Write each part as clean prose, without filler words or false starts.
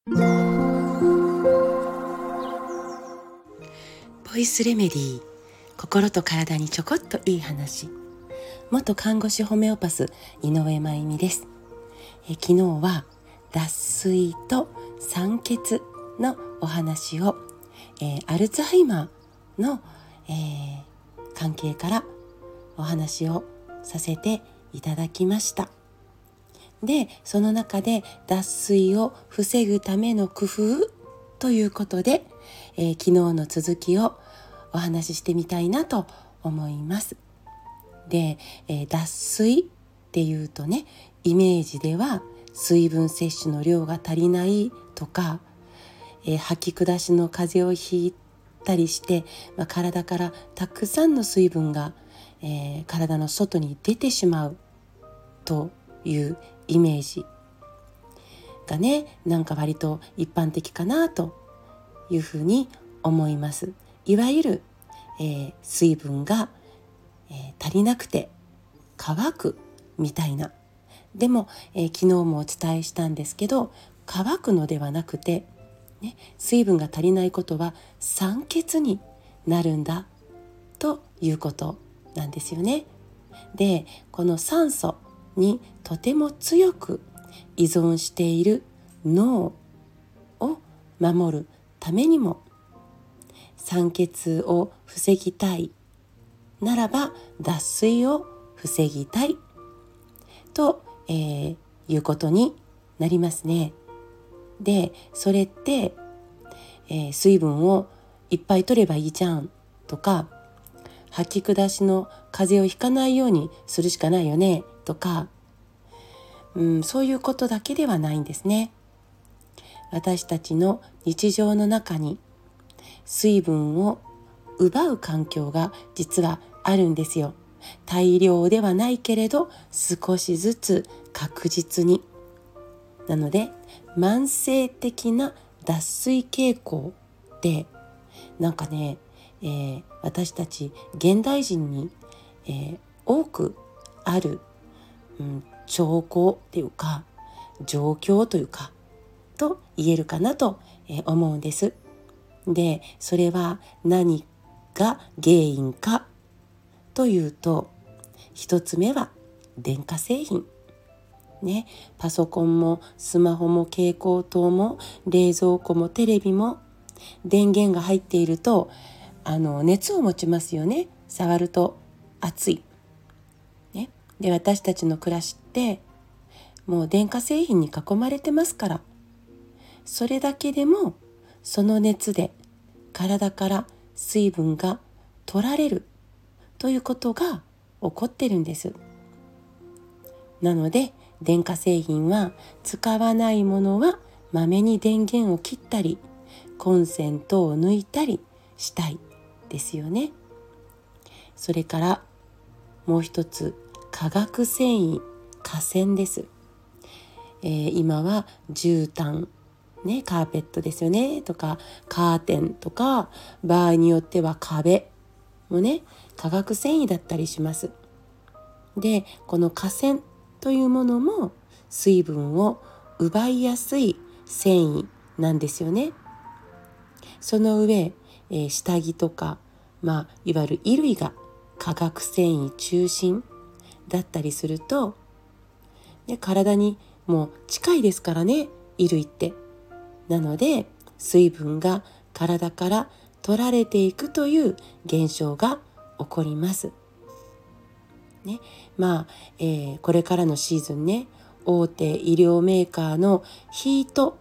ボイスレメディー、心と体にちょこっといい話。元看護師ホメオパス井上真由美です。昨日は脱水と酸欠のお話を、アルツハイマーの、関係からお話をさせていただきました。で、その中で脱水を防ぐための工夫ということで、昨日の続きをお話ししてみたいなと思います。で、脱水っていうとね、イメージでは水分摂取の量が足りないとか、吐き下しの風邪をひいたりして、体からたくさんの水分が、体の外に出てしまうというイメージがね、なんか割と一般的かなというふうに思います。いわゆる、水分が、足りなくて乾くみたいな。でも、昨日もお伝えしたんですけど、乾くのではなくて、ね、水分が足りないことは酸欠になるんだということなんですよね。で、この酸素にとても強く依存している脳を守るためにも、酸欠を防ぎたいならば脱水を防ぎたいと、いうことになりますね。で、それって、水分をいっぱい取ればいいじゃんとか、吐き下しの風邪をひかないようにするしかないよねとか、そういうことだけではないんですね。私たちの日常の中に水分を奪う環境が実はあるんですよ。大量ではないけれど少しずつ確実に。なので慢性的な脱水傾向ってなんかね、私たち現代人に、多くある、兆候っていうか状況というかと言えるかなと思うんです。で、それは何が原因かというと、一つ目は電化製品ね。パソコンもスマホも蛍光灯も冷蔵庫もテレビも電源が入っていると熱を持ちますよね。触ると熱い、ね。で、私たちの暮らしってもう電化製品に囲まれてますから、それだけでもその熱で体から水分が取られるということが起こってるんです。なので電化製品は使わないものはまめに電源を切ったりコンセントを抜いたりしたいですよね。それからもう一つ、化学繊維、化繊です。今は絨毯ね、カーペットですよねとかカーテンとか、場合によっては壁もね、化学繊維だったりします。で、この化繊というものも水分を奪いやすい繊維なんですよね。その上、下着とか、いわゆる衣類が化学繊維中心だったりすると、体にもう近いですからね、衣類って。なので水分が体から取られていくという現象が起こります、ね。これからのシーズンね、大手医療メーカーのヒート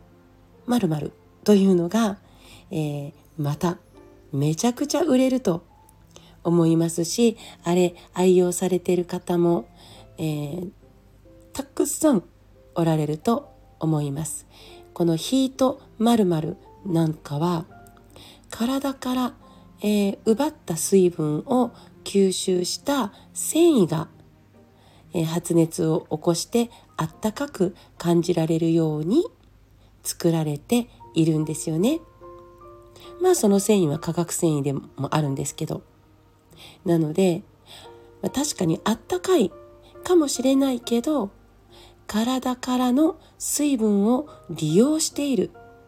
〇〇というのが、まためちゃくちゃ売れると思いますし、あれ愛用されている方も、たくさんおられると思います。このヒート〇〇なんかは体から、奪った水分を吸収した繊維が、発熱を起こしてあったかく感じられるように作られているんですよね。その繊維は化学繊維でもあるんですけど、なので、確かにあったかいかもしれないけど、体からの水分を利用している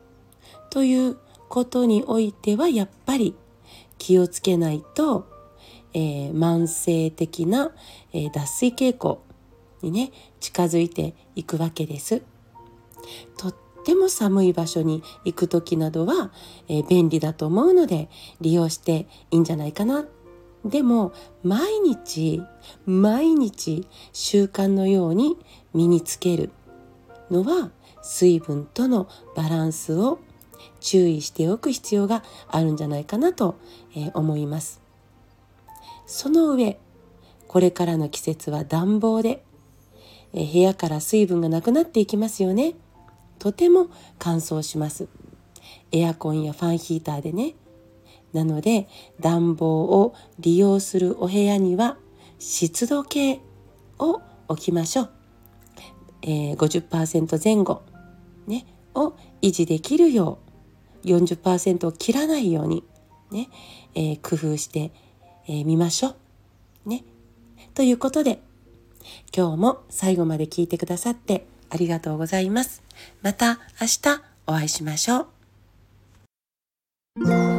ということにおいてはやっぱり気をつけないと、慢性的な、脱水傾向にね近づいていくわけです。とっても寒い場所に行く時などは、便利だと思うので利用していいんじゃないかな。でも毎日習慣のように身につけるのは水分とのバランスを注意しておく必要があるんじゃないかなと、思います。その上、これからの季節は暖房で、部屋から水分がなくなっていきますよね。とても乾燥します。エアコンやファンヒーターでね。なので暖房を利用するお部屋には湿度計を置きましょう。50% 前後、ね、を維持できるよう 40% を切らないように、ね工夫してみましょう。ね。ということで今日も最後まで聞いてくださってありがとうございます。また明日お会いしましょう。